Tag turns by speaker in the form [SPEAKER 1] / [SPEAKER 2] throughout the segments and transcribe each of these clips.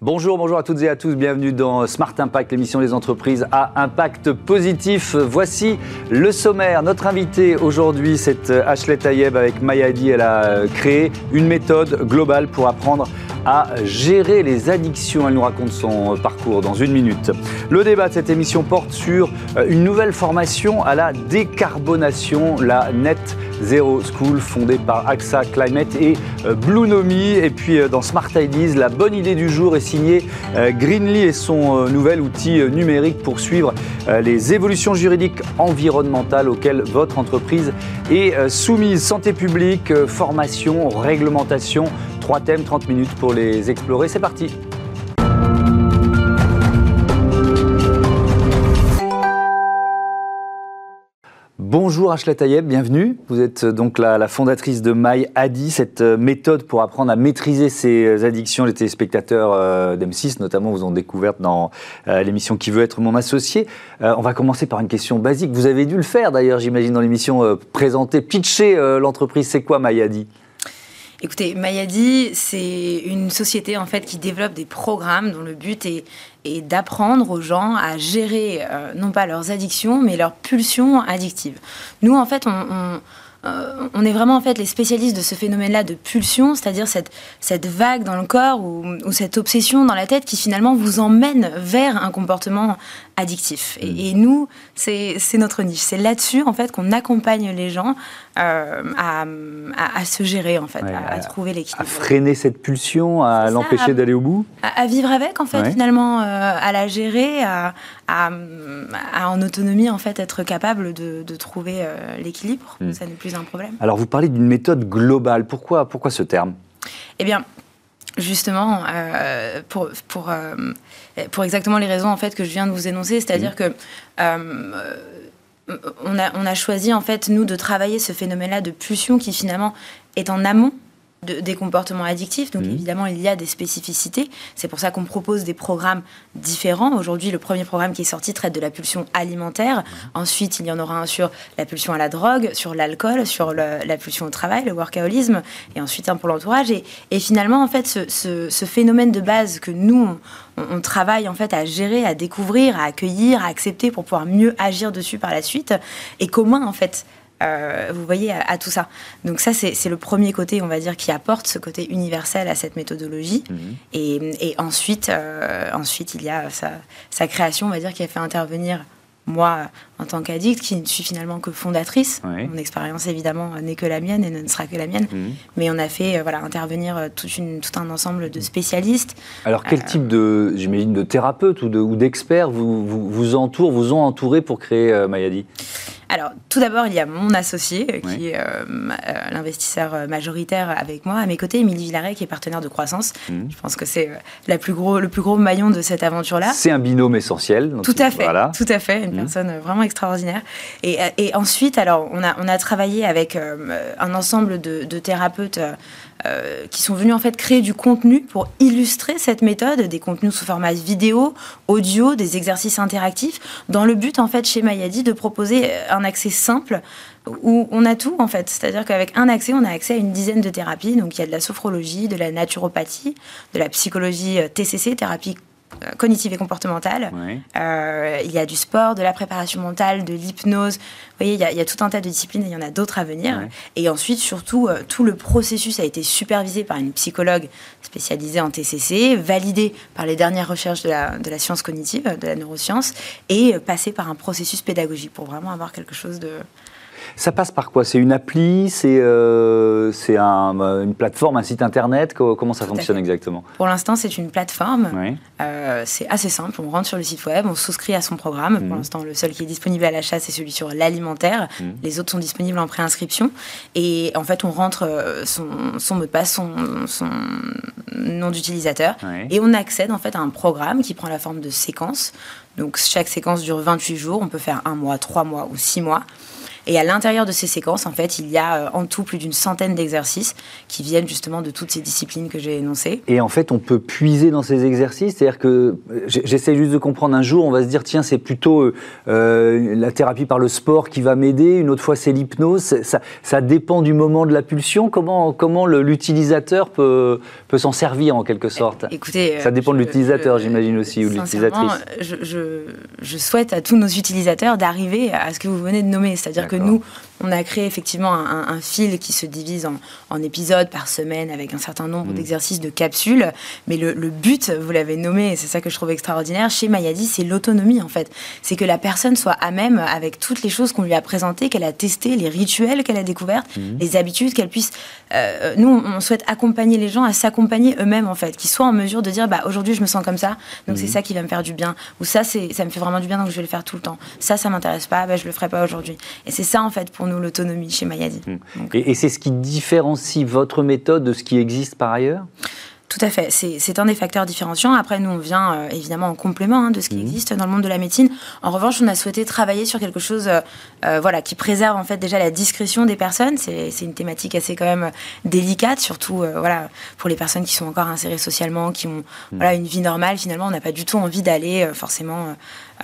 [SPEAKER 1] Bonjour à toutes et à tous, bienvenue dans Smart Impact, l'émission des entreprises à impact positif. Voici le sommaire. Notre invitée aujourd'hui, c'est Ashley Tayeb avec Mayadi. Elle a créé une méthode globale pour apprendre à gérer les addictions. Elle nous raconte son parcours dans une minute. Le débat de cette émission porte sur une nouvelle formation à la décarbonation, la Net Zero School, fondée par AXA Climate et Bluenomi. Et puis dans Smart Ideas, la bonne idée du jour est signée Greenly et son nouvel outil numérique pour suivre les évolutions juridiques environnementales auxquelles votre entreprise est soumise. Santé publique, formation, réglementation. 3 thèmes, 30 minutes pour les explorer. C'est parti. Bonjour Ashley Tayeb, bienvenue. Vous êtes donc la fondatrice de Mayadi, cette méthode pour apprendre à maîtriser ses addictions. Les téléspectateurs d'M6 notamment vous ont découverte dans l'émission Qui veut être mon associé. On va commencer par une question basique. Vous avez dû le faire d'ailleurs, j'imagine, dans l'émission présenter, pitcher l'entreprise. C'est quoi Mayadi ?
[SPEAKER 2] Écoutez, Mayadi, c'est une société en fait qui développe des programmes dont le but est d'apprendre aux gens à gérer non pas leurs addictions, mais leurs pulsions addictives. Nous, en fait, on est vraiment en fait les spécialistes de ce phénomène-là de pulsion, c'est-à-dire cette vague dans le corps ou cette obsession dans la tête qui finalement vous emmène vers un comportement addictif. Et nous, c'est notre niche. C'est là-dessus en fait qu'on accompagne les gens à se gérer en fait, à trouver l'équilibre. À
[SPEAKER 1] freiner cette pulsion, à l'empêcher d'aller au bout.
[SPEAKER 2] À vivre avec en fait finalement, à la gérer, à en autonomie en fait être capable de trouver l'équilibre. Ça n'est plus un problème.
[SPEAKER 1] Alors vous parlez d'une méthode globale. Pourquoi ce terme ?
[SPEAKER 2] Eh bien, justement, pour exactement les raisons en fait que je viens de vous énoncer, c'est-à-dire que on a choisi en fait nous de travailler ce phénomène-là de pulsion qui finalement est en amont des comportements addictifs. Donc évidemment, il y a des spécificités. C'est pour ça qu'on propose des programmes différents. Aujourd'hui, le premier programme qui est sorti traite de la pulsion alimentaire. Ensuite, il y en aura un sur la pulsion à la drogue, sur l'alcool, sur la pulsion au travail, le workaholisme, et ensuite un pour l'entourage. Et finalement, en fait, ce phénomène de base que nous, on travaille en fait à gérer, à découvrir, à accueillir, à accepter pour pouvoir mieux agir dessus par la suite, est commun en fait. Vous voyez, à tout ça. Donc ça, c'est le premier côté, on va dire, qui apporte ce côté universel à cette méthodologie. Et ensuite, il y a sa création, on va dire, qui a fait intervenir moi, en tant qu'addict, qui ne suis finalement que fondatrice. Mon expérience, évidemment, n'est que la mienne et ne sera que la mienne. Mais on a fait intervenir tout un ensemble de spécialistes.
[SPEAKER 1] Alors, quel type j'imagine, de thérapeutes ou d'experts vous ont entouré pour créer Mayadi ?
[SPEAKER 2] Alors, tout d'abord, il y a mon associé, qui est l'investisseur majoritaire avec moi. À mes côtés, Émilie Villaret, qui est partenaire de croissance. Je pense que c'est le plus gros maillon de cette aventure-là.
[SPEAKER 1] C'est un binôme essentiel. Donc
[SPEAKER 2] tout à fait. Une personne vraiment extraordinaire. Et ensuite, alors, on a travaillé avec un ensemble de thérapeutes qui sont venus en fait créer du contenu pour illustrer cette méthode, des contenus sous format vidéo, audio, des exercices interactifs, dans le but en fait chez Mayadi de proposer un accès simple où on a tout en fait, c'est-à-dire qu'avec un accès, on a accès à une dizaine de thérapies. Donc il y a de la sophrologie, de la naturopathie, de la psychologie TCC, thérapie cognitive et comportementale. Il y a du sport, de la préparation mentale, de l'hypnose. Vous voyez, il y a tout un tas de disciplines et il y en a d'autres à venir. Et ensuite, surtout, tout le processus a été supervisé par une psychologue spécialisée en TCC, validé par les dernières recherches de la science cognitive, de la neuroscience, et passé par un processus pédagogique pour vraiment avoir quelque chose de...
[SPEAKER 1] Ça passe par quoi ? C'est une appli ? C'est une plateforme, un site internet ? Comment ça fonctionne exactement ?
[SPEAKER 2] Pour l'instant, c'est une plateforme. C'est assez simple. On rentre sur le site web, on souscrit à son programme. Pour l'instant, le seul qui est disponible à l'achat, c'est celui sur l'alimentaire. Les autres sont disponibles en préinscription. Et en fait, on rentre son mot de passe, son nom d'utilisateur. Et on accède en fait à un programme qui prend la forme de séquences. Donc, chaque séquence dure 28 jours. On peut faire 1 mois, 3 mois ou 6 mois. Et à l'intérieur de ces séquences, en fait, il y a en tout plus d'une centaine d'exercices qui viennent justement de toutes ces disciplines que j'ai énoncées.
[SPEAKER 1] Et en fait, on peut puiser dans ces exercices, c'est-à-dire que j'essaie juste de comprendre, un jour, on va se dire, tiens, c'est plutôt la thérapie par le sport qui va m'aider, une autre fois, c'est l'hypnose. Ça dépend du moment de la pulsion. Comment l'utilisateur peut s'en servir, en quelque sorte?
[SPEAKER 2] Écoutez,
[SPEAKER 1] ça dépend de l'utilisateur, j'imagine aussi, ou de l'utilisatrice.
[SPEAKER 2] Je souhaite à tous nos utilisateurs d'arriver à ce que vous venez de nommer. C'est-à-dire que nous, on a créé effectivement un fil qui se divise en épisodes par semaine avec un certain nombre d'exercices de capsules. Mais le but, vous l'avez nommé, et c'est ça que je trouve extraordinaire, chez Mayadi, c'est l'autonomie en fait. C'est que la personne soit à même avec toutes les choses qu'on lui a présentées, qu'elle a testées, les rituels qu'elle a découvertes, les habitudes, qu'elle puisse... nous, on souhaite accompagner les gens à s'accompagner eux-mêmes en fait, qu'ils soient en mesure de dire aujourd'hui je me sens comme ça, donc c'est ça qui va me faire du bien. Ou ça me fait vraiment du bien, donc je vais le faire tout le temps. Ça m'intéresse pas, je le ferai pas aujourd'hui. Et c'est ça en fait pour nous l'autonomie chez Mayadi.
[SPEAKER 1] Et c'est ce qui différencie votre méthode de ce qui existe par ailleurs ?
[SPEAKER 2] Tout à fait, c'est un des facteurs différenciants. Après, nous, on vient évidemment en complément de ce qui existe dans le monde de la médecine. En revanche, on a souhaité travailler sur quelque chose qui préserve en fait déjà la discrétion des personnes. C'est une thématique assez quand même délicate, surtout pour les personnes qui sont encore insérées socialement, qui ont une vie normale. Finalement, on n'a pas du tout envie d'aller forcément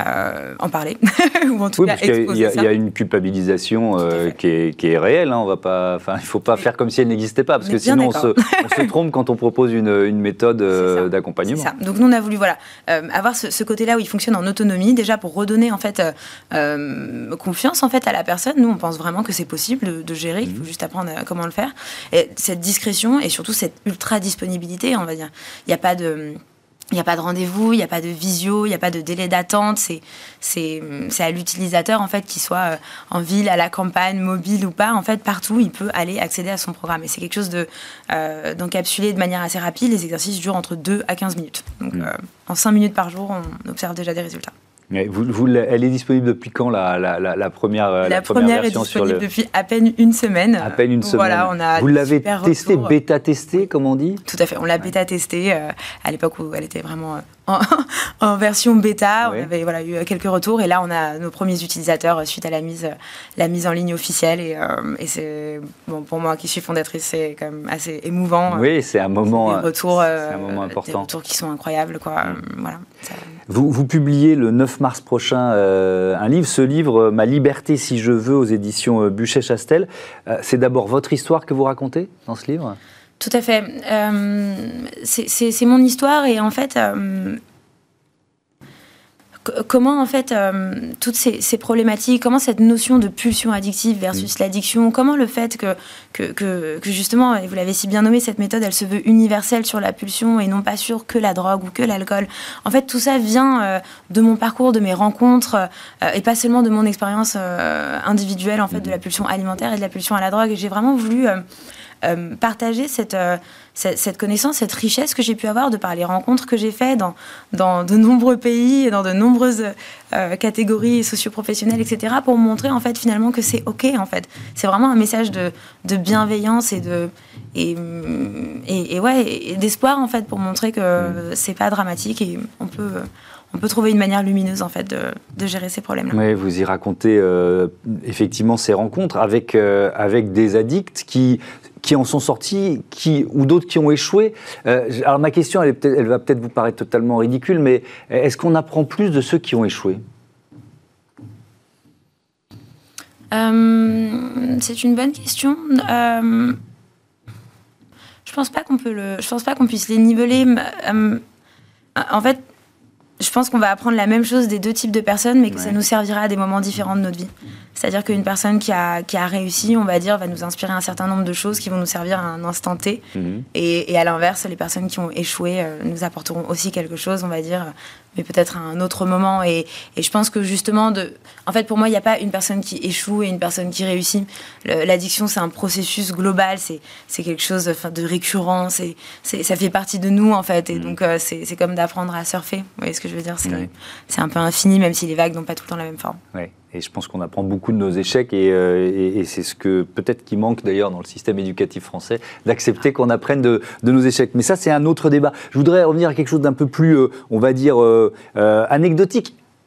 [SPEAKER 2] en parler, ou en tout cas exposer ça.
[SPEAKER 1] Il y a une culpabilisation qui est réelle. On va pas, il ne faut pas faire comme si elle n'existait pas, parce que sinon on se trompe quand on propose une méthode d'accompagnement.
[SPEAKER 2] C'est ça. Donc nous, on a voulu avoir ce côté-là où il fonctionne en autonomie, déjà pour redonner en fait confiance en fait à la personne. Nous, on pense vraiment que c'est possible de gérer. Il faut juste apprendre comment le faire. Et cette discrétion et surtout cette ultra disponibilité, on va dire. Il n'y a pas de rendez-vous, il n'y a pas de visio, il n'y a pas de délai d'attente. C'est à l'utilisateur en fait, qu'il soit en ville, à la campagne, mobile ou pas, en fait, partout, il peut aller accéder à son programme. Et c'est quelque chose d'encapsulé de manière assez rapide. Les exercices durent entre 2 à 15 minutes. Donc, en 5 minutes par jour, on observe déjà des résultats.
[SPEAKER 1] Elle est disponible depuis quand, la première version?
[SPEAKER 2] La première est disponible depuis à peine une semaine.
[SPEAKER 1] À peine une semaine.
[SPEAKER 2] Voilà, on a
[SPEAKER 1] vous l'avez testé, bêta-testé, comme on dit?
[SPEAKER 2] Tout à fait, on l'a bêta-testé à l'époque où elle était vraiment en version bêta. On avait eu quelques retours et là, on a nos premiers utilisateurs suite à la mise en ligne officielle. Et c'est, pour moi qui suis fondatrice, c'est quand même assez émouvant.
[SPEAKER 1] Oui, c'est un moment,
[SPEAKER 2] des retours,
[SPEAKER 1] c'est un moment important.
[SPEAKER 2] Des retours qui sont incroyables, quoi. Voilà.
[SPEAKER 1] Vous publiez le 9 mars prochain un livre, ce livre, Ma liberté si je veux, aux éditions Buchet-Chastel. C'est d'abord votre histoire que vous racontez dans ce livre ?
[SPEAKER 2] Tout à fait. C'est mon histoire et en fait, comment en fait toutes ces problématiques, comment cette notion de pulsion addictive versus l'addiction, comment le fait que justement, et vous l'avez si bien nommé, cette méthode, elle se veut universelle sur la pulsion et non pas sur que la drogue ou que l'alcool. En fait, tout ça vient de mon parcours, de mes rencontres et pas seulement de mon expérience individuelle en fait de la pulsion alimentaire et de la pulsion à la drogue. Et j'ai vraiment voulu partager cette connaissance, cette richesse que j'ai pu avoir de par les rencontres que j'ai faites dans de nombreux pays et dans de nombreuses catégories socio-professionnelles, etc., pour montrer en fait finalement que c'est OK en fait. C'est vraiment un message de bienveillance et d'espoir en fait pour montrer que c'est pas dramatique et on peut trouver une manière lumineuse en fait de gérer ces problèmes-là.
[SPEAKER 1] Oui, vous y racontez effectivement ces rencontres avec des addicts qui en sont sortis, ou d'autres qui ont échoué. Alors ma question, elle va peut-être vous paraître totalement ridicule, mais est-ce qu'on apprend plus de ceux qui ont échoué ?
[SPEAKER 2] C'est une bonne question. Je pense pas qu'on puisse les niveler. En fait, je pense qu'on va apprendre la même chose des deux types de personnes, mais que ça nous servira à des moments différents de notre vie. C'est-à-dire qu'une personne qui a réussi, on va dire, va nous inspirer un certain nombre de choses qui vont nous servir à un instant T. Et à l'inverse, les personnes qui ont échoué nous apporteront aussi quelque chose, on va dire, mais peut-être à un autre moment. Et je pense que justement, en fait, pour moi, il n'y a pas une personne qui échoue et une personne qui réussit. L'addiction, c'est un processus global, c'est quelque chose de récurrent, ça fait partie de nous, en fait. Et donc, c'est comme d'apprendre à surfer. Vous voyez ce que je veux dire ? C'est un peu infini, même si les vagues n'ont pas tout le temps la même forme.
[SPEAKER 1] Ouais. Et je pense qu'on apprend beaucoup de nos échecs et c'est ce que peut-être qui manque d'ailleurs dans le système éducatif français, d'accepter qu'on apprenne de nos échecs. Mais ça, c'est un autre débat. Je voudrais revenir à quelque chose d'un peu plus, on va dire, anecdotique.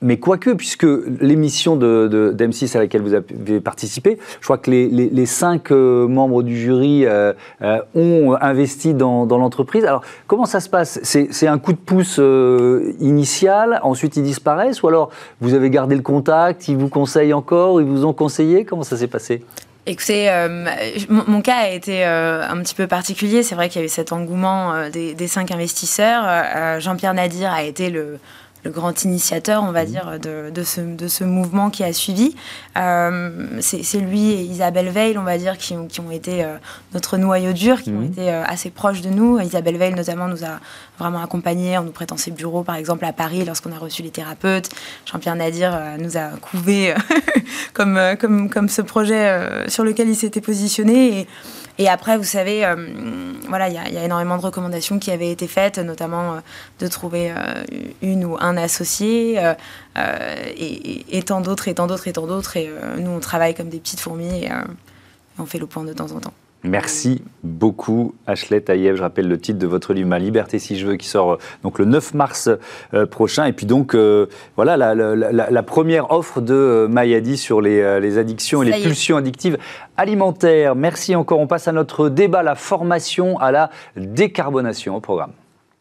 [SPEAKER 1] Mais quoique, puisque l'émission d'M6 à laquelle vous avez participé, je crois que les 5 membres du jury ont investi dans l'entreprise. Alors, comment ça se passe ? C'est un coup de pouce initial, ensuite ils disparaissent, ou alors vous avez gardé le contact, ils vous conseillent encore, ils vous ont conseillé ? Comment ça s'est passé ?
[SPEAKER 2] Écoutez, mon cas a été un petit peu particulier. C'est vrai qu'il y a eu cet engouement des 5 investisseurs. Jean-Pierre Nadir a été le grand initiateur, on va dire, de ce mouvement qui a suivi. C'est lui et Isabelle Veil, on va dire, qui ont été notre noyau dur, qui ont été assez proches de nous. Isabelle Veil, notamment, nous a vraiment accompagnés en nous prêtant ses bureaux, par exemple, à Paris, lorsqu'on a reçu les thérapeutes. Jean-Pierre Nadir nous a couvé comme ce projet sur lequel il s'était positionné. Et après, vous savez, voilà, il y a énormément de recommandations qui avaient été faites, notamment de trouver une ou un associé, et tant d'autres, et tant d'autres, et tant d'autres. Et nous, on travaille comme des petites fourmis, et on fait le point de temps en temps.
[SPEAKER 1] Merci beaucoup, Ashley Taïeb. Je rappelle le titre de votre livre, Ma liberté si je veux, qui sort donc le 9 mars prochain. Et puis donc, voilà la première offre de Mayadi sur les addictions et les pulsions addictives alimentaires. Merci encore. On passe à notre débat, la formation à la décarbonation au programme.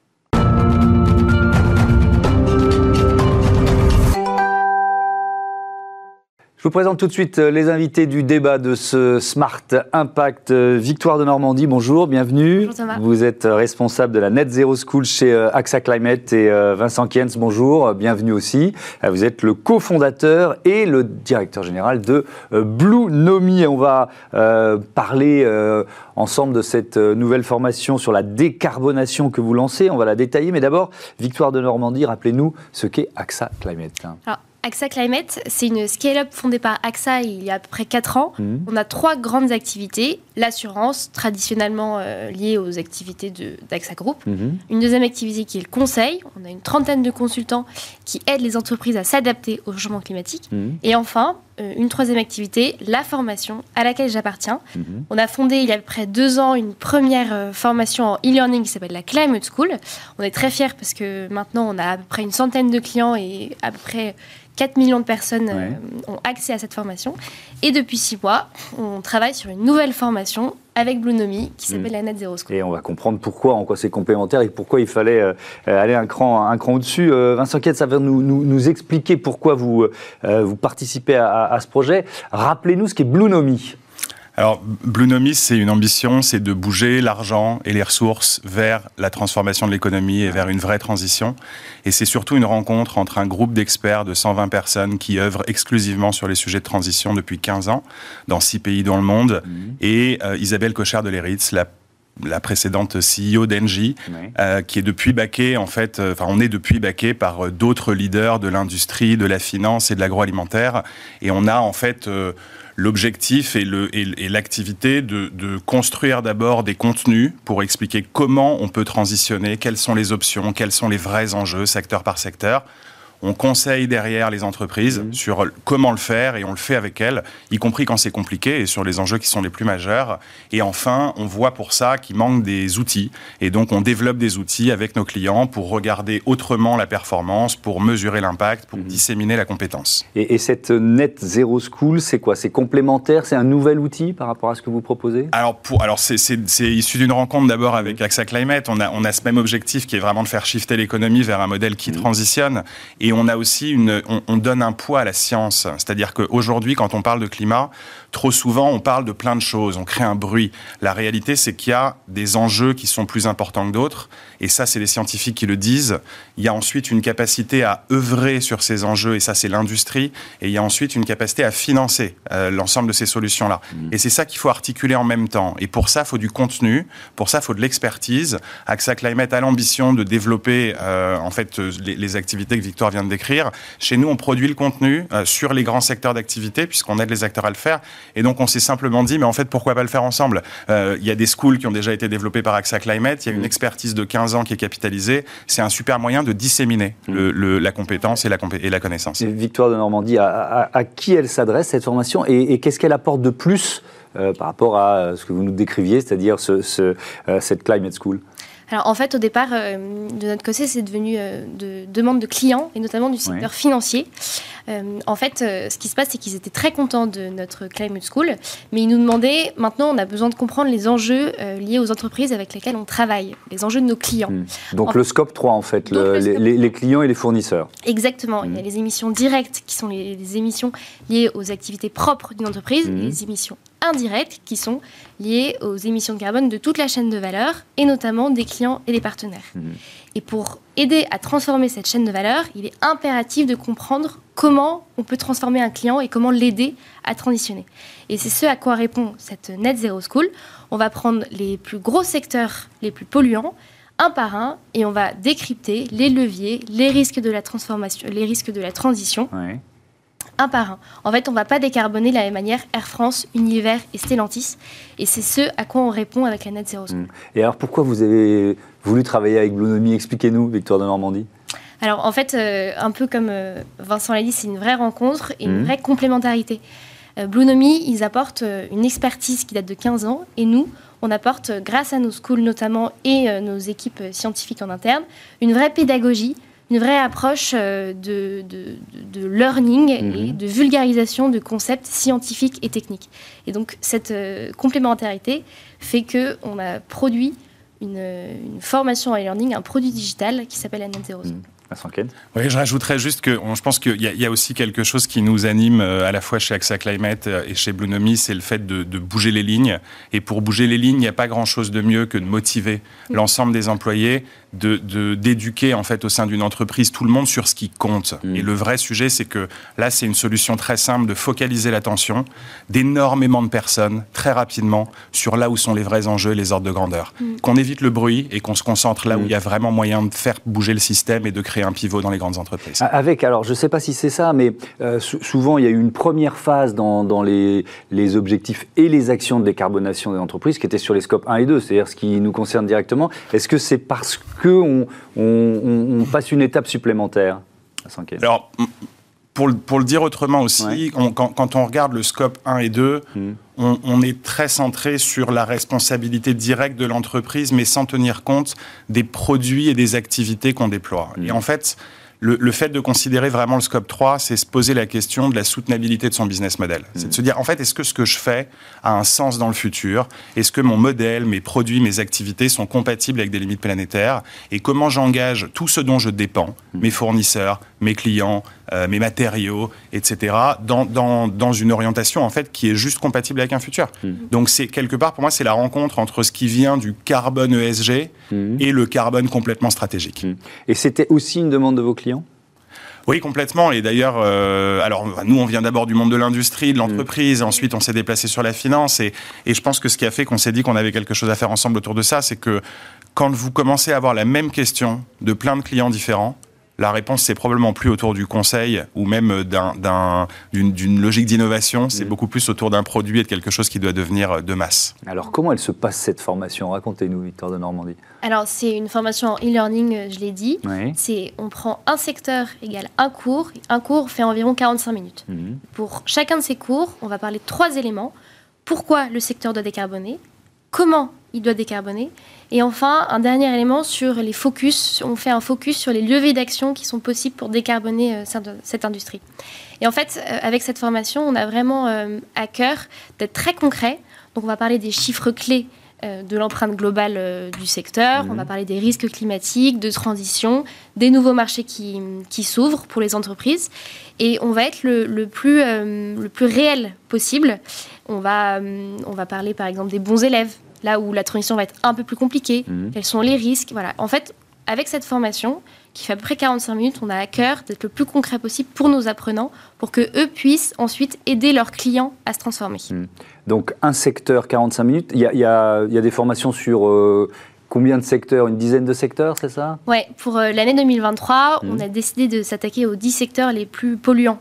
[SPEAKER 1] Je vous présente tout de suite les invités du débat de ce Smart Impact. Victoire de Normandie, bonjour, bienvenue.
[SPEAKER 3] Bonjour Thomas.
[SPEAKER 1] Vous êtes responsable de la Net Zero School chez AXA Climate et Vincent Kienz, bonjour, bienvenue aussi. Vous êtes le cofondateur et le directeur général de Bluenomi. On va parler ensemble de cette nouvelle formation sur la décarbonation que vous lancez. On va la détailler, mais d'abord, Victoire de Normandie, rappelez-nous ce qu'est AXA Climate.
[SPEAKER 3] Alors, AXA Climate, c'est une scale-up fondée par AXA il y a à peu près 4 ans. On a 3 grandes activités. L'assurance, traditionnellement liée aux activités d'AXA Group. Une deuxième activité qui est le conseil. On a une 30aine de consultants qui aident les entreprises à s'adapter au changement climatique. Et enfin, une 3e activité, la formation à laquelle j'appartiens. On a fondé il y a à peu près 2 ans une première formation en e-learning qui s'appelle la Climate School. On est très fiers parce que maintenant on a à peu près une 100aine de clients et à peu près 4 millions de personnes ont accès à cette formation. Et depuis 6 mois, on travaille sur une nouvelle formation avec Bluenomi qui s'appelle la Net Zero School.
[SPEAKER 1] Et on va comprendre pourquoi, en quoi c'est complémentaire et pourquoi il fallait aller un cran au-dessus. Vincent Kietz, ça va nous expliquer pourquoi vous participez à ce projet. Rappelez-nous ce qu'est Bluenomi.
[SPEAKER 4] Alors, Bluenomi, c'est une ambition, c'est de bouger l'argent et les ressources vers la transformation de l'économie et vers une vraie transition. Et c'est surtout une rencontre entre un groupe d'experts de 120 personnes qui œuvrent exclusivement sur les sujets de transition depuis 15 ans, dans 6 pays dans le monde, et Isabelle Cochère de Leritz, la précédente CEO d'Engie, qui est depuis backée, en fait, on est depuis backé par d'autres leaders de l'industrie, de la finance et de l'agroalimentaire. Et on a, en fait, l'objectif et l'activité de construire d'abord des contenus pour expliquer comment on peut transitionner, quelles sont les options, quels sont les vrais enjeux, secteur par secteur. On conseille derrière les entreprises sur comment le faire et on le fait avec elles, y compris quand c'est compliqué et sur les enjeux qui sont les plus majeurs. Et enfin, on voit pour ça qu'il manque des outils. Et donc, on développe des outils avec nos clients pour regarder autrement la performance, pour mesurer l'impact, pour disséminer la compétence.
[SPEAKER 1] Et cette Net Zero School, c'est quoi ? C'est complémentaire ? C'est un nouvel outil par rapport à ce que vous proposez ?
[SPEAKER 4] Alors c'est issu d'une rencontre d'abord avec AXA Climate. On a ce même objectif qui est vraiment de faire shifter l'économie vers un modèle qui transitionne. Et on a aussi on donne un poids à la science. C'est-à-dire qu'aujourd'hui, quand on parle de climat, trop souvent, on parle de plein de choses. On crée un bruit. La réalité, c'est qu'il y a des enjeux qui sont plus importants que d'autres. Et ça, c'est les scientifiques qui le disent. Il y a ensuite une capacité à œuvrer sur ces enjeux. Et ça, c'est l'industrie. Et il y a ensuite une capacité à financer l'ensemble de ces solutions-là. Et c'est ça qu'il faut articuler en même temps. Et pour ça, il faut du contenu. Pour ça, il faut de l'expertise. AXA Climate a l'ambition de développer les activités que Victoire vient de décrire. Chez nous, on produit le contenu sur les grands secteurs d'activité puisqu'on aide les acteurs à le faire. Et donc, on s'est simplement dit, mais en fait, pourquoi pas le faire ensemble ? Il y a des schools qui ont déjà été développés par AXA Climate. Il y a une expertise de 15 ans qui est capitalisée. C'est un super moyen de disséminer la compétence et la connaissance.
[SPEAKER 1] Victoire de Normandie, à qui elle s'adresse, cette formation, et qu'est-ce qu'elle apporte de plus par rapport à ce que vous nous décriviez, c'est-à-dire cette Climate School ?
[SPEAKER 3] Alors en fait, au départ, de notre côté, c'est devenu de demande de clients, et notamment du secteur financier. En fait, ce qui se passe, c'est qu'ils étaient très contents de notre Climate School, mais ils nous demandaient, maintenant, on a besoin de comprendre les enjeux liés aux entreprises avec lesquelles on travaille, les enjeux de nos clients.
[SPEAKER 1] Donc le scope 3, en fait, les clients et les fournisseurs.
[SPEAKER 3] Exactement. Il y a les émissions directes, qui sont les émissions liées aux activités propres d'une entreprise, et les émissions indirectes, qui sont liées aux émissions de carbone de toute la chaîne de valeur, et notamment des clients et des partenaires. Et pour aider à transformer cette chaîne de valeur, il est impératif de comprendre comment on peut transformer un client et comment l'aider à transitionner. Et c'est ce à quoi répond cette Net Zero School. On va prendre les plus gros secteurs les plus polluants, un par un, et on va décrypter les leviers, les risques de la transformation, les risques de la transition. Un par un. En fait, on ne va pas décarboner de la même manière Air France, Unilever et Stellantis. Et c'est ce à quoi on répond avec la Net Zero School.
[SPEAKER 1] Et alors, pourquoi vous avez voulu travailler avec Bluenomy? Expliquez-nous, Victoire de Normandie.
[SPEAKER 3] Alors, en fait, un peu comme Vincent l'a dit, c'est une vraie rencontre et une vraie complémentarité. Bluenomy, ils apportent une expertise qui date de 15 ans. Et nous, on apporte, grâce à nos schools notamment et nos équipes scientifiques en interne, une vraie pédagogie, une vraie approche de learning et de vulgarisation de concepts scientifiques et techniques. Et donc, cette complémentarité fait qu'on a produit une formation en e-learning, un produit digital qui s'appelle la Net Zero School.
[SPEAKER 4] Oui, je rajouterais juste que je pense qu'il y a aussi quelque chose qui nous anime à la fois chez AXA Climate et chez Bluenomy, c'est le fait de bouger les lignes. Et pour bouger les lignes, il n'y a pas grand-chose de mieux que de motiver l'ensemble des employés, d'éduquer en fait au sein d'une entreprise tout le monde sur ce qui compte. Et le vrai sujet, c'est que là, c'est une solution très simple de focaliser l'attention d'énormément de personnes très rapidement sur là où sont les vrais enjeux, les ordres de grandeur. Qu'on évite le bruit et qu'on se concentre là où il y a vraiment moyen de faire bouger le système et de créer un pivot dans les grandes entreprises.
[SPEAKER 1] Alors je ne sais pas si c'est ça, mais souvent il y a eu une première phase dans les objectifs et les actions de décarbonation des entreprises qui étaient sur les scopes 1 et 2, c'est-à-dire ce qui nous concerne directement. Est-ce que c'est parce qu'on passe une étape supplémentaire?
[SPEAKER 4] Alors, pour le dire autrement aussi, quand on regarde le scope 1 et 2, on est très centré sur la responsabilité directe de l'entreprise, mais sans tenir compte des produits et des activités qu'on déploie. Et en fait, le fait de considérer vraiment le scope 3, c'est se poser la question de la soutenabilité de son business model. C'est de se dire, en fait, est-ce que ce que je fais a un sens dans le futur? Est-ce que mon modèle, mes produits, mes activités sont compatibles avec des limites planétaires? Et comment j'engage tout ce dont je dépends, mes fournisseurs, mes clients, mes matériaux, etc., dans une orientation en fait qui est juste compatible avec un futur. Donc c'est quelque part pour moi c'est la rencontre entre ce qui vient du carbone ESG et le carbone complètement stratégique.
[SPEAKER 1] Et c'était aussi une demande de vos clients?
[SPEAKER 4] Oui, complètement. Et d'ailleurs, alors nous, on vient d'abord du monde de l'industrie, de l'entreprise. Ensuite, on s'est déplacé sur la finance. Et je pense que ce qui a fait qu'on s'est dit qu'on avait quelque chose à faire ensemble autour de ça, c'est que quand vous commencez à avoir la même question de plein de clients différents, la réponse, c'est probablement plus autour du conseil ou même d'une logique d'innovation. C'est beaucoup plus autour d'un produit et de quelque chose qui doit devenir de masse.
[SPEAKER 1] Alors, comment elle se passe, cette formation? Racontez-nous, Victoire de Normandie.
[SPEAKER 3] Alors, c'est une formation en e-learning, je l'ai dit. On prend un secteur égale un cours. Un cours fait environ 45 minutes. Pour chacun de ces cours, on va parler de 3 éléments. Pourquoi le secteur doit décarboner? Comment il doit décarboner? Et enfin, un dernier élément sur les focus. On fait un focus sur les leviers d'action qui sont possibles pour décarboner cette industrie. Et en fait, avec cette formation, on a vraiment à cœur d'être très concret. Donc, on va parler des chiffres clés de l'empreinte globale du secteur. On va parler des risques climatiques, de transition, des nouveaux marchés qui s'ouvrent pour les entreprises. Et on va être le plus réel possible. On va parler, par exemple, des bons élèves, là où la transition va être un peu plus compliquée. Quels sont les risques? Voilà. En fait, avec cette formation, qui fait à peu près 45 minutes, on a à cœur d'être le plus concret possible pour nos apprenants, pour qu'eux puissent ensuite aider leurs clients à se transformer.
[SPEAKER 1] Donc, un secteur, 45 minutes. Il y a des formations sur combien de secteurs? Une dizaine de secteurs, c'est ça? Oui,
[SPEAKER 3] pour l'année 2023, on a décidé de s'attaquer aux 10 secteurs les plus polluants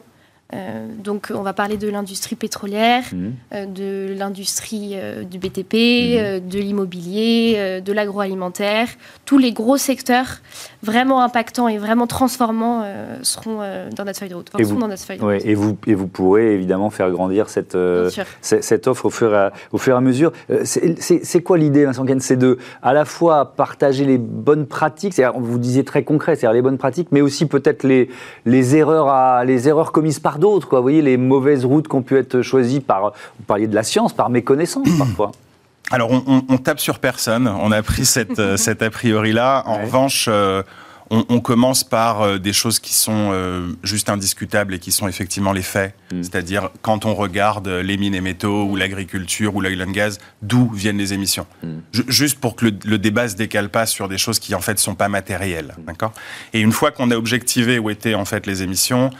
[SPEAKER 3] Donc, on va parler de l'industrie pétrolière, de l'industrie du BTP, de l'immobilier, de l'agroalimentaire. Tous les gros secteurs vraiment impactants et vraiment transformants seront dans notre feuille de route.
[SPEAKER 1] Et vous pourrez évidemment faire grandir cette offre au fur et à mesure. C'est quoi l'idée, Vincent Kahn? C'est de à la fois partager les bonnes pratiques, vous disiez très concret, c'est-à-dire les bonnes pratiques, mais aussi peut-être les erreurs commises par d'autres, quoi. Vous voyez, les mauvaises routes qui ont pu être choisies vous parliez de la science, par méconnaissance parfois.
[SPEAKER 4] Alors, on tape sur personne. On a pris cet a priori-là. En revanche, on commence par des choses qui sont juste indiscutables et qui sont effectivement les faits. C'est-à-dire, quand on regarde les mines et métaux ou l'agriculture ou l'oil and gas, d'où viennent les émissions. Juste pour que le débat se décale pas sur des choses qui, en fait, sont pas matérielles. D'accord ? Et une fois qu'on a objectivé où étaient, en fait, les émissions,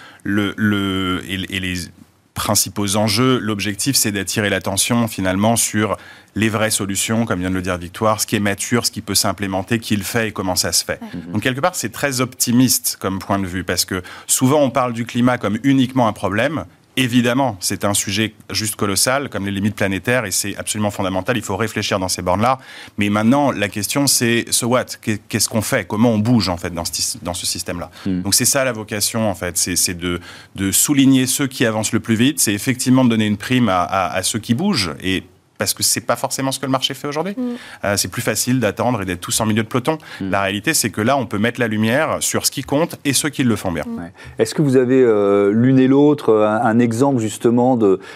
[SPEAKER 4] et les principaux enjeux, l'objectif, c'est d'attirer l'attention, finalement, sur les vraies solutions, comme vient de le dire Victoire, ce qui est mature, ce qui peut s'implémenter, qui le fait et comment ça se fait. Donc, quelque part, c'est très optimiste comme point de vue, parce que souvent, on parle du climat comme uniquement un problème. Évidemment, c'est un sujet juste colossal, comme les limites planétaires, et c'est absolument fondamental, il faut réfléchir dans ces bornes-là. Mais maintenant, la question, c'est « so what ?» Qu'est-ce qu'on fait ? Comment on bouge, en fait, dans ce système-là ? Donc, c'est ça la vocation, en fait, c'est de souligner ceux qui avancent le plus vite, c'est effectivement de donner une prime à ceux qui bougent, et parce que c'est pas forcément ce que le marché fait aujourd'hui. C'est plus facile d'attendre et d'être tous en milieu de peloton. La réalité, c'est que là, on peut mettre la lumière sur ce qui compte et ceux qui le font bien.
[SPEAKER 1] Est-ce que vous avez l'une et l'autre un exemple justement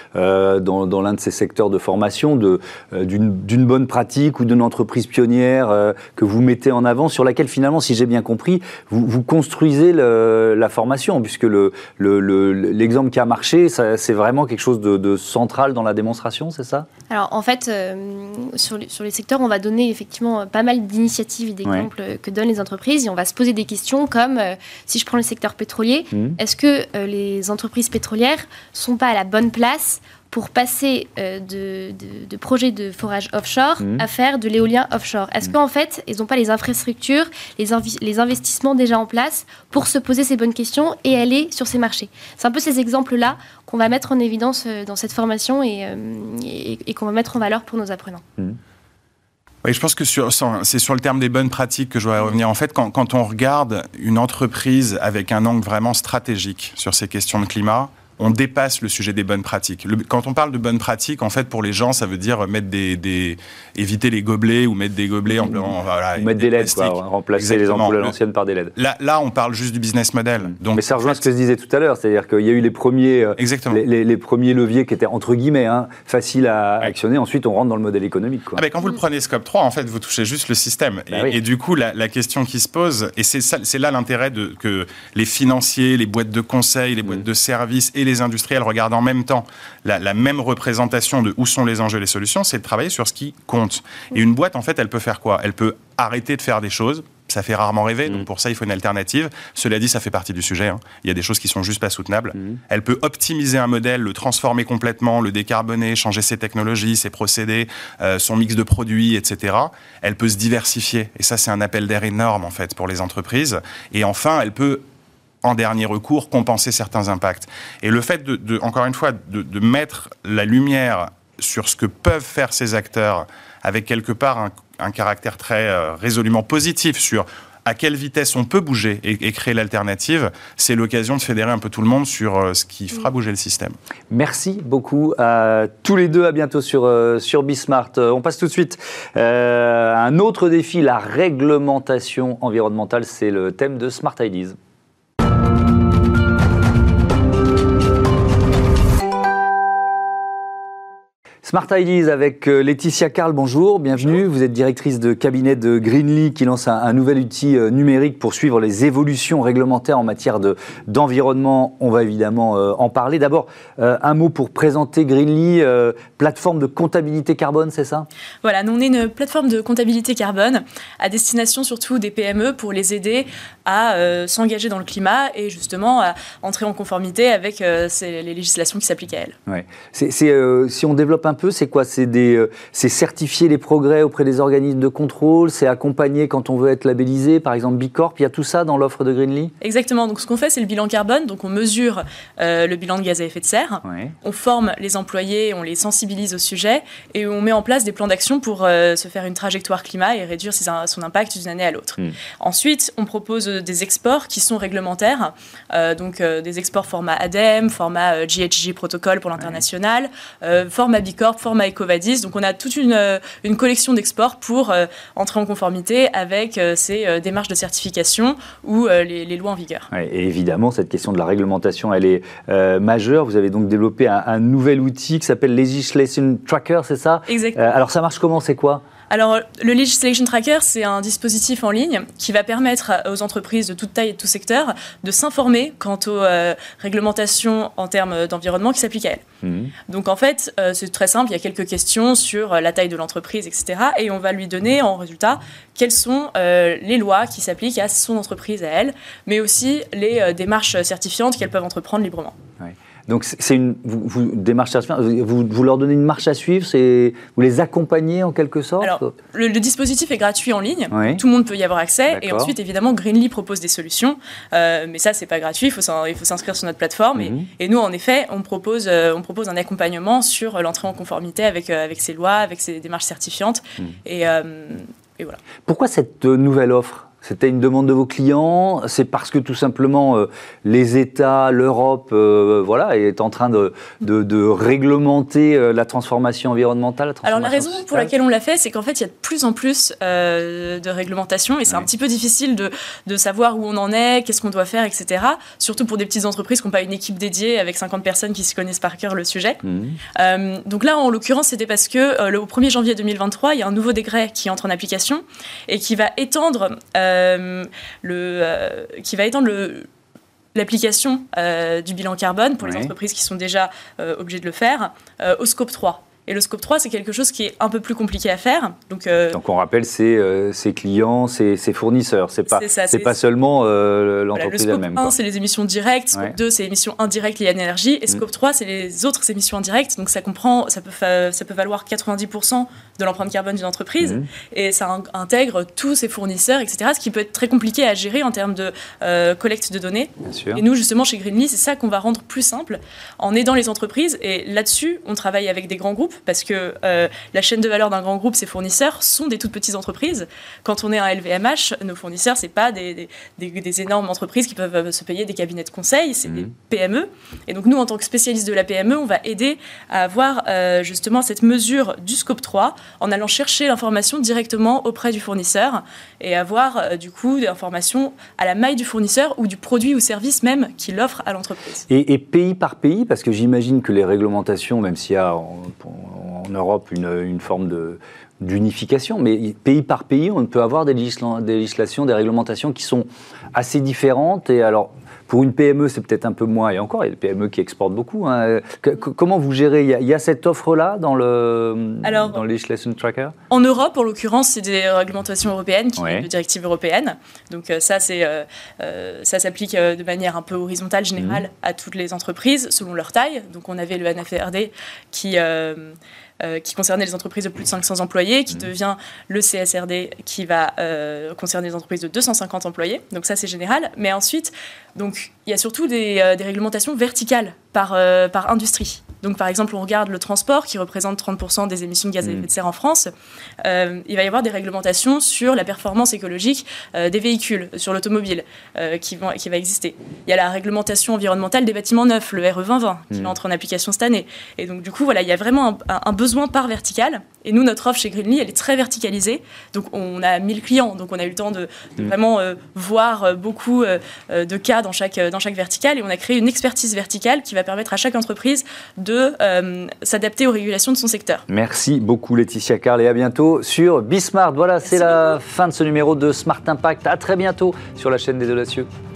[SPEAKER 1] dans l'un de ces secteurs de formation d'une bonne pratique ou d'une entreprise pionnière que vous mettez en avant, sur laquelle finalement, si j'ai bien compris, vous construisez la formation, puisque l'exemple qui a marché, c'est vraiment quelque chose de central dans la démonstration, c'est ça ?
[SPEAKER 3] Alors, en fait, sur les secteurs, on va donner effectivement pas mal d'initiatives et d'exemples que donnent les entreprises, et on va se poser des questions comme, si je prends le secteur pétrolier, est-ce que les entreprises pétrolières sont pas à la bonne place pour passer de projets de forage offshore à faire de l'éolien offshore? Est-ce qu'en fait, ils n'ont pas les infrastructures, les investissements déjà en place pour se poser ces bonnes questions et aller sur ces marchés? C'est un peu ces exemples-là qu'on va mettre en évidence dans cette formation et qu'on va mettre en valeur pour nos apprenants.
[SPEAKER 4] Oui, je pense que c'est sur le terme des bonnes pratiques que je voudrais revenir. En fait, quand on regarde une entreprise avec un angle vraiment stratégique sur ces questions de climat, on dépasse le sujet des bonnes pratiques. Quand on parle de bonnes pratiques, en fait, pour les gens, ça veut dire mettre éviter les gobelets ou mettre des gobelets
[SPEAKER 1] ou mettre des LED, remplacer les ampoules à l'ancienne par des LED.
[SPEAKER 4] Là, on parle juste du business model. Donc,
[SPEAKER 1] mais ça rejoint ce que je disais tout à l'heure, c'est-à-dire qu'il y a eu les premiers, les premiers leviers qui étaient entre guillemets faciles à actionner. Ensuite, on rentre dans le modèle économique. Quoi.
[SPEAKER 4] Quand vous le prenez Scope 3, en fait, vous touchez juste le système. Et du coup, la question qui se pose, et c'est là l'intérêt que les financiers, les boîtes de conseil, les boîtes de services et les industriels regardent en même temps la même représentation de où sont les enjeux et les solutions, c'est de travailler sur ce qui compte. Et une boîte, en fait, elle peut faire quoi ? Elle peut arrêter de faire des choses. Ça fait rarement rêver, donc pour ça, il faut une alternative. Cela dit, ça fait partie du sujet. Il y a des choses qui sont juste pas soutenables. Elle peut optimiser un modèle, le transformer complètement, le décarboner, changer ses technologies, ses procédés, son mix de produits, etc. Elle peut se diversifier. Et ça, c'est un appel d'air énorme, en fait, pour les entreprises. Et enfin, elle peut, en dernier recours, compenser certains impacts. Et le fait, encore une fois, de mettre la lumière sur ce que peuvent faire ces acteurs, avec quelque part un caractère très résolument positif sur à quelle vitesse on peut bouger et créer l'alternative, c'est l'occasion de fédérer un peu tout le monde sur ce qui fera bouger le système.
[SPEAKER 1] Merci beaucoup à tous les deux, à bientôt sur Bismart. On passe tout de suite à un autre défi, la réglementation environnementale, c'est le thème de Smart Ideas. Smart Ideas avec Laetitia Carl, bonjour, bienvenue. Bonjour. Vous êtes directrice de cabinet de Greenly qui lance un nouvel outil numérique pour suivre les évolutions réglementaires en matière d'environnement. On va évidemment en parler. D'abord, un mot pour présenter Greenly, plateforme de comptabilité carbone, c'est ça ?
[SPEAKER 5] Voilà, nous on est une plateforme de comptabilité carbone à destination surtout des PME pour les aider à s'engager dans le climat et justement à entrer en conformité avec les législations qui s'appliquent à elles.
[SPEAKER 1] Ouais. Si on développe un un peu, c'est quoi? C'est certifier les progrès auprès des organismes de contrôle, c'est accompagner quand on veut être labellisé, par exemple B Corp, il y a tout ça dans l'offre de Greenly?
[SPEAKER 5] Exactement, donc ce qu'on fait, c'est le bilan carbone, donc on mesure le bilan de gaz à effet de serre, on forme les employés, on les sensibilise au sujet et on met en place des plans d'action pour se faire une trajectoire climat et réduire son impact d'une année à l'autre. Ensuite, on propose des exports qui sont réglementaires, donc des exports format ADEME, format GHG Protocol pour l'international, format B Corp, format EcoVadis. Donc on a toute une collection d'exports pour entrer en conformité avec ces démarches de certification ou les lois en vigueur.
[SPEAKER 1] Et évidemment, cette question de la réglementation, elle est majeure. Vous avez donc développé un nouvel outil qui s'appelle Legislation Tracker, c'est ça?
[SPEAKER 5] Exactement.
[SPEAKER 1] Alors ça marche comment? C'est quoi?
[SPEAKER 5] Alors, le Legislation Tracker, c'est un dispositif en ligne qui va permettre aux entreprises de toute taille et de tout secteur de s'informer quant aux réglementations en termes d'environnement qui s'appliquent à elles. Donc, en fait, c'est très simple. Il y a quelques questions sur la taille de l'entreprise, etc. Et on va lui donner en résultat quelles sont les lois qui s'appliquent à son entreprise, à elle, mais aussi les démarches certifiantes qu'elles peuvent entreprendre librement.
[SPEAKER 1] Donc, c'est une démarche certifiante. Vous leur donnez une marche à suivre, vous les accompagnez en quelque sorte?
[SPEAKER 5] Alors, le dispositif est gratuit en ligne, tout le monde peut y avoir accès. Et ensuite, évidemment, Greenly propose des solutions. Mais ça, c'est pas gratuit, il faut s'inscrire sur notre plateforme. Et nous, en effet, on propose un accompagnement sur l'entrée en conformité avec ces lois, avec ces démarches certifiantes. Et voilà. Pourquoi
[SPEAKER 1] cette nouvelle offre? C'était une demande de vos clients? C'est parce que tout simplement les États, l'Europe, est en train de réglementer la transformation environnementale,
[SPEAKER 5] Alors la raison pour laquelle on l'a fait, c'est qu'en fait, il y a de plus en plus de réglementation et c'est un petit peu difficile de savoir où on en est, qu'est-ce qu'on doit faire, etc. Surtout pour des petites entreprises qui n'ont pas une équipe dédiée avec 50 personnes qui se connaissent par cœur le sujet. Donc là, en l'occurrence, c'était parce que au 1er janvier 2023, il y a un nouveau décret qui entre en application et qui va étendre l'application du bilan carbone pour les entreprises qui sont déjà obligées de le faire au scope 3. Et le scope 3, c'est quelque chose qui est un peu plus compliqué à faire. Donc
[SPEAKER 1] on rappelle, c'est ses clients, ses fournisseurs. C'est pas seulement l'entreprise elle-même.
[SPEAKER 5] Le scope 1, c'est les émissions directes. Scope 2, c'est les émissions indirectes liées à l'énergie. Et scope 3, c'est les autres émissions indirectes. Donc ça peut valoir 90% de l'empreinte carbone d'une entreprise. Et ça intègre tous ses fournisseurs, etc. Ce qui peut être très compliqué à gérer en termes de collecte de données.
[SPEAKER 1] Bien sûr.
[SPEAKER 5] Et nous, justement, chez Greenly, c'est ça qu'on va rendre plus simple en aidant les entreprises. Et là-dessus, on travaille avec des grands groupes parce que la chaîne de valeur d'un grand groupe, ses fournisseurs sont des toutes petites entreprises. Quand on est un LVMH, nos fournisseurs, c'est pas des énormes entreprises qui peuvent se payer des cabinets de conseil, c'est des PME. Et donc nous, en tant que spécialistes de la PME, on va aider à avoir justement cette mesure du scope 3 en allant chercher l'information directement auprès du fournisseur et avoir du coup des informations à la maille du fournisseur ou du produit ou service même qu'il offre à l'entreprise.
[SPEAKER 1] Et pays par pays, parce que j'imagine que les réglementations, même s'il y a en Europe une forme d'unification, mais pays par pays, on peut avoir des législations, des réglementations qui sont assez différentes. Et alors, pour une PME, c'est peut-être un peu moins, et encore, il y a des PME qui exportent beaucoup. Comment vous gérez? Il y a cette offre-là dans le Legislation Tracker?
[SPEAKER 5] En Europe, en l'occurrence, c'est des réglementations européennes, des directives européennes. Donc ça s'applique de manière un peu horizontale, générale, à toutes les entreprises, selon leur taille. Donc on avait le NFRD qui concernait les entreprises de plus de 500 employés, qui devient le CSRD qui va concerner les entreprises de 250 employés. Donc ça, c'est général. Mais ensuite, donc, il y a surtout des réglementations verticales par industrie. Donc, par exemple, on regarde le transport, qui représente 30% des émissions de gaz à effet de serre en France. Il va y avoir des réglementations sur la performance écologique des véhicules, sur l'automobile, qui va exister. Il y a la réglementation environnementale des bâtiments neufs, le RE 2020, qui entre en application cette année. Et donc, du coup, voilà, il y a vraiment un besoin par vertical. Et nous, notre offre chez Greenly, elle est très verticalisée. Donc, on a 1000 clients. Donc, on a eu le temps de vraiment voir beaucoup de cas dans chaque verticale. Et on a créé une expertise verticale qui va permettre à chaque entreprise de s'adapter aux régulations de son secteur.
[SPEAKER 1] Merci beaucoup Laetitia Carle et à bientôt sur Bismart. Voilà, c'est la fin de ce numéro de Smart Impact. À très bientôt sur la chaîne des Audacieux.